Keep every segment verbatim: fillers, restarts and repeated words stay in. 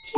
厅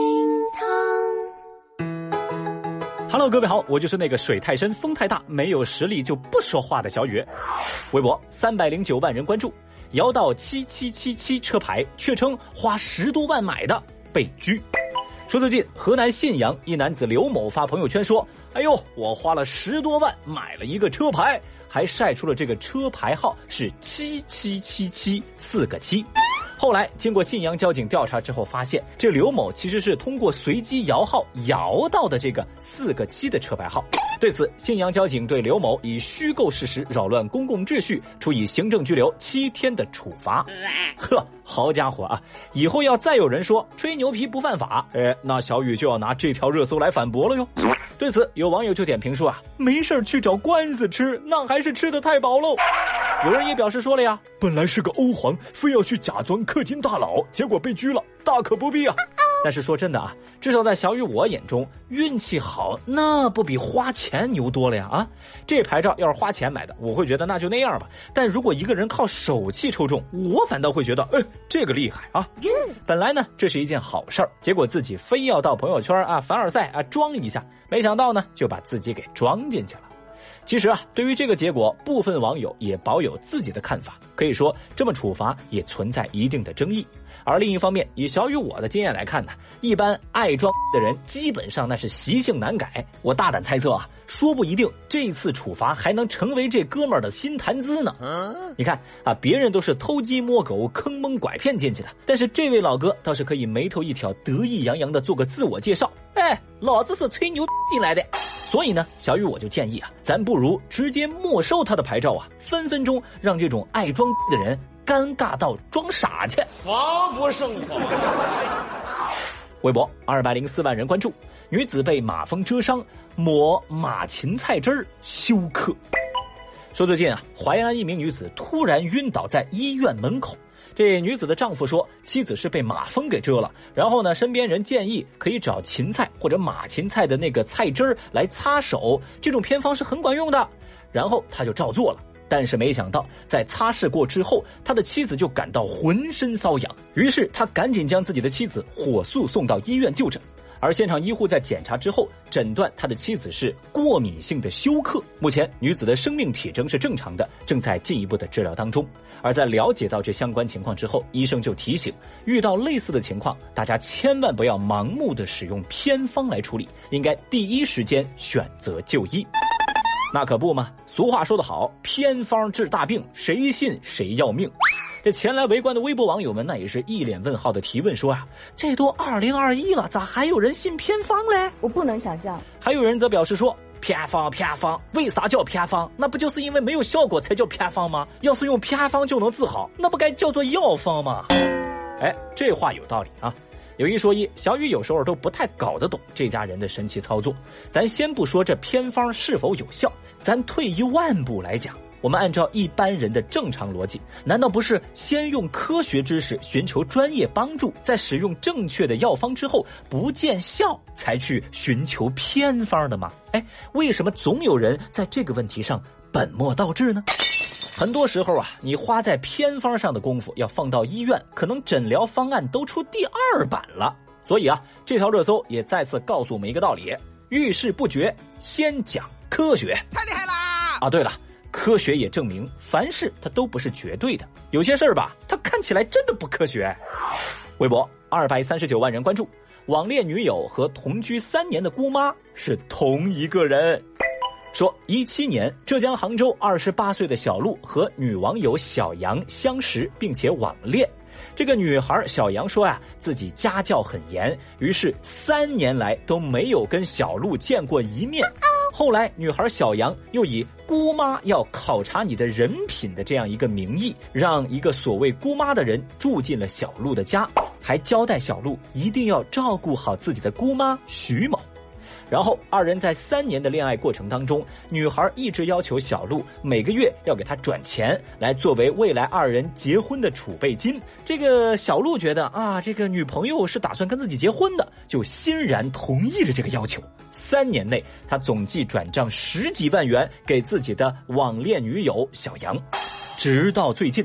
堂。 Hello， 各位好，我就是那个水太深、风太大、没有实力就不说话的小雨。微博三百零九万人关注，摇到七七七七车牌，却称花十多万买的被拘。说最近河南信阳一男子刘某发朋友圈说：“哎呦，我花了十多万买了一个车牌，还晒出了这个车牌号是七七七七四个七。”后来经过信阳交警调查之后发现，这刘某其实是通过随机摇号摇到的这个四个七的车牌号。对此，信阳交警对刘某以虚构事实扰乱公共秩序处以行政拘留七天的处罚。呵，好家伙啊！以后要再有人说吹牛皮不犯法，哎，那小雨就要拿这条热搜来反驳了哟。对此，有网友就点评说啊，没事去找官司吃，那还是吃得太饱喽。有人也表示说了呀，本来是个欧皇，非要去假装氪金大佬，结果被拘了，大可不必啊。但是说真的啊，至少在小雨我眼中，运气好那不比花钱牛多了呀啊！这牌照要是花钱买的，我会觉得那就那样吧。但如果一个人靠手气抽中，我反倒会觉得，哎，这个厉害啊！本来呢，这是一件好事儿，结果自己非要到朋友圈啊凡尔赛啊装一下，没想到呢，就把自己给装进去了。其实啊，对于这个结果，部分网友也保有自己的看法，可以说这么处罚也存在一定的争议。而另一方面，以小雨我的经验来看呢，一般爱装的人基本上那是习性难改。我大胆猜测啊，说不一定这次处罚还能成为这哥们儿的新谈资呢。你看啊，别人都是偷鸡摸狗、坑蒙拐骗进去的，但是这位老哥倒是可以眉头一挑，得意洋洋的做个自我介绍，哎，老子是吹牛进来的。所以呢，小雨我就建议啊，咱不如直接没收他的牌照啊，分分钟让这种爱装的人尴尬到装傻去， 防不胜防。 微博二百零四万人关注，女子被马蜂蛰伤，抹马芹菜汁儿休克。说最近啊，淮安一名女子突然晕倒在医院门口。这女子的丈夫说，妻子是被马蜂给蛰了，然后呢，身边人建议可以找芹菜或者马芹菜的那个菜汁儿来擦手，这种偏方是很管用的。然后他就照做了，但是没想到在擦拭过之后，他的妻子就感到浑身瘙痒，于是他赶紧将自己的妻子火速送到医院就诊。而现场医护在检查之后诊断他的妻子是过敏性的休克，目前女子的生命体征是正常的，正在进一步的治疗当中。而在了解到这相关情况之后，医生就提醒，遇到类似的情况，大家千万不要盲目的使用偏方来处理，应该第一时间选择就医。那可不嘛，俗话说得好，偏方治大病，谁信谁要命。这前来围观的微博网友们那也是一脸问号的提问说啊，这都二零二一了，咋还有人信偏方嘞？ 我不能想象。 还有人则表示说，偏方偏方，为啥叫偏方？那不就是因为没有效果才叫偏方吗？要是用偏方就能治好，那不该叫做药方吗？哎，这话有道理啊。有一说一，小雨有时候都不太搞得懂这家人的神奇操作。咱先不说这偏方是否有效，咱退一万步来讲，我们按照一般人的正常逻辑，难道不是先用科学知识寻求专业帮助，在使用正确的药方之后不见效才去寻求偏方的吗？哎，为什么总有人在这个问题上本末倒置呢？很多时候啊，你花在偏方上的功夫要放到医院，可能诊疗方案都出第二版了。所以啊，这条热搜也再次告诉我们一个道理，遇事不决，先讲科学。 太厉害啦！ 啊，对了，科学也证明凡事它都不是绝对的，有些事儿吧，它看起来真的不科学。微博二百三十九万人关注，网恋女友和同居三年的姑妈是同一个人。说一七年，浙江杭州二十八岁的小陆和女网友小杨相识并且网恋。这个女孩小杨说啊，自己家教很严，于是三年来都没有跟小陆见过一面。后来女孩小杨又以姑妈要考察你的人品的这样一个名义，让一个所谓姑妈的人住进了小陆的家，还交代小陆一定要照顾好自己的姑妈徐某。然后二人在三年的恋爱过程当中，女孩一直要求小陆每个月要给她转钱，来作为未来二人结婚的储备金。这个小陆觉得啊，这个女朋友是打算跟自己结婚的，就欣然同意了这个要求。三年内，他总计转账十几万元给自己的网恋女友小杨。直到最近，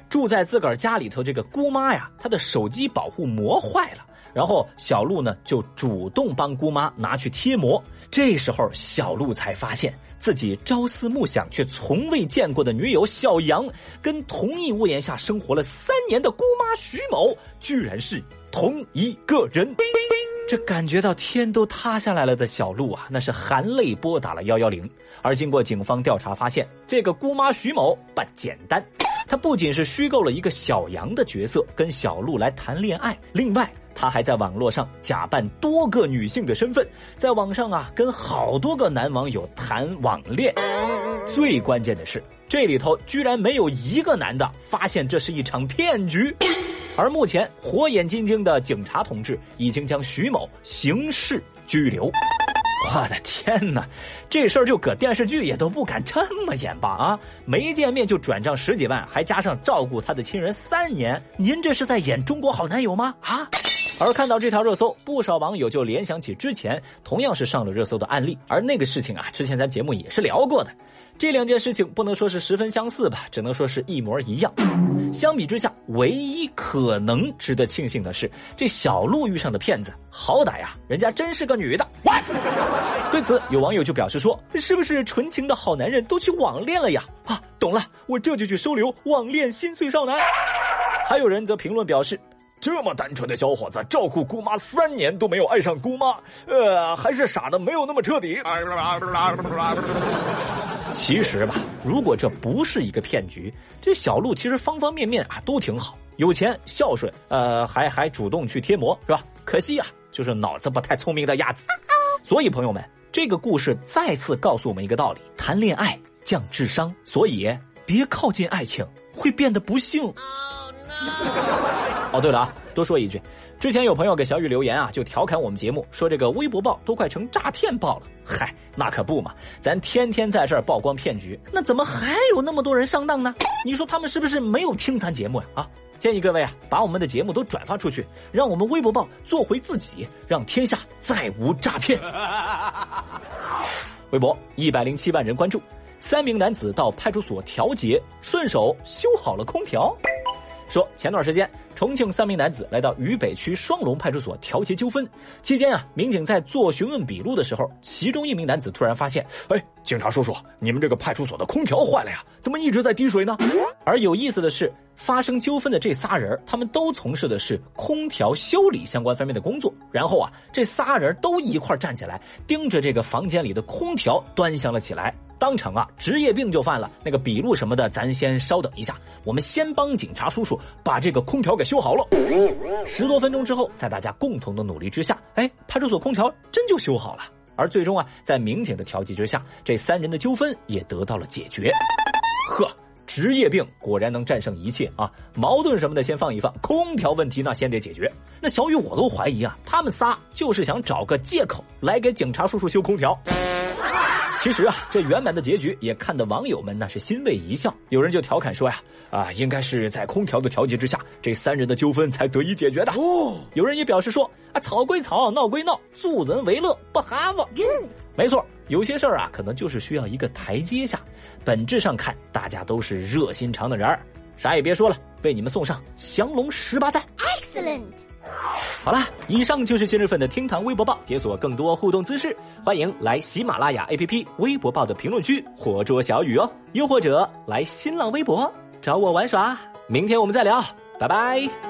住在自个儿家里头这个姑妈呀，她的手机保护膜坏了，然后小鹿呢就主动帮姑妈拿去贴膜。这时候小鹿才发现自己朝思暮想却从未见过的女友小杨，跟同一屋檐下生活了三年的姑妈徐某，居然是同一个人。这感觉到天都塌下来了的小鹿啊，那是含泪拨打了一一零。而经过警方调查发现，这个姑妈徐某不简单，她不仅是虚构了一个小杨的角色跟小鹿来谈恋爱，另外她还在网络上假扮多个女性的身份，在网上啊跟好多个男网友谈网恋。最关键的是，这里头居然没有一个男的发现这是一场骗局。而目前火眼金睛的警察同志已经将徐某刑事拘留。我的天哪，这事儿就搁电视剧也都不敢这么演吧啊！没见面就转账十几万，还加上照顾他的亲人三年，您这是在演中国好男友吗？啊！而看到这条热搜，不少网友就联想起之前同样是上了热搜的案例，而那个事情啊，之前咱节目也是聊过的。这两件事情不能说是十分相似吧，只能说是一模一样。相比之下，唯一可能值得庆幸的是，这小鹿遇上的骗子，好歹呀，人家真是个女的。对此，有网友就表示说，是不是纯情的好男人都去网恋了呀？啊，懂了，我这就去收留网恋心碎少男。还有人则评论表示，这么单纯的小伙子照顾姑妈三年都没有爱上姑妈，呃，还是傻的没有那么彻底。其实吧，如果这不是一个骗局，这小鹿其实方方面面啊都挺好，有钱孝顺，呃，还还主动去贴膜，是吧？可惜啊，就是脑子不太聪明的鸭子。所以朋友们，这个故事再次告诉我们一个道理：谈恋爱降智商，所以别靠近爱情，会变得不幸。哦，对了啊，多说一句，之前有朋友给小雨留言啊，就调侃我们节目，说这个微博报都快成诈骗报了。嗨，那可不嘛，咱天天在这儿曝光骗局，那怎么还有那么多人上当呢？你说他们是不是没有听咱节目呀？啊，建议各位啊，把我们的节目都转发出去，让我们微博报做回自己，让天下再无诈骗。微博一百零七万人关注，三名男子到派出所调解，顺手修好了空调。说前段时间，重庆三名男子来到渝北区双龙派出所调解纠纷，期间啊，民警在做询问笔录的时候，其中一名男子突然发现，哎，警察叔叔，你们这个派出所的空调坏了呀，怎么一直在滴水呢？而有意思的是，发生纠纷的这仨人，他们都从事的是空调修理相关方面的工作。然后啊，这仨人都一块站起来，盯着这个房间里的空调端详了起来。当场啊，职业病就犯了。那个笔录什么的，咱先稍等一下，我们先帮警察叔叔把这个空调给修好了。十多分钟之后，在大家共同的努力之下，哎，派出所空调真就修好了。而最终啊，在民警的调解之下，这三人的纠纷也得到了解决。呵。职业病果然能战胜一切啊！矛盾什么的先放一放，空调问题那先得解决。那小雨我都怀疑啊，他们仨就是想找个借口来给警察叔叔修空调。其实啊，这圆满的结局也看得网友们那是欣慰一笑。有人就调侃说呀，啊，应该是在空调的调节之下，这三人的纠纷才得以解决的。哦，有人也表示说，啊，吵归吵，闹归闹，助人为乐，不哈子。没错，有些事儿啊，可能就是需要一个台阶下。本质上看，大家都是热心肠的人儿，啥也别说了，为你们送上降龙十八赞。Excellent。好啦，以上就是今日份的厅堂微博报，解锁更多互动姿势，欢迎来喜马拉雅 A P P 微博报的评论区活捉小雨哦，又或者来新浪微博找我玩耍。明天我们再聊，拜拜。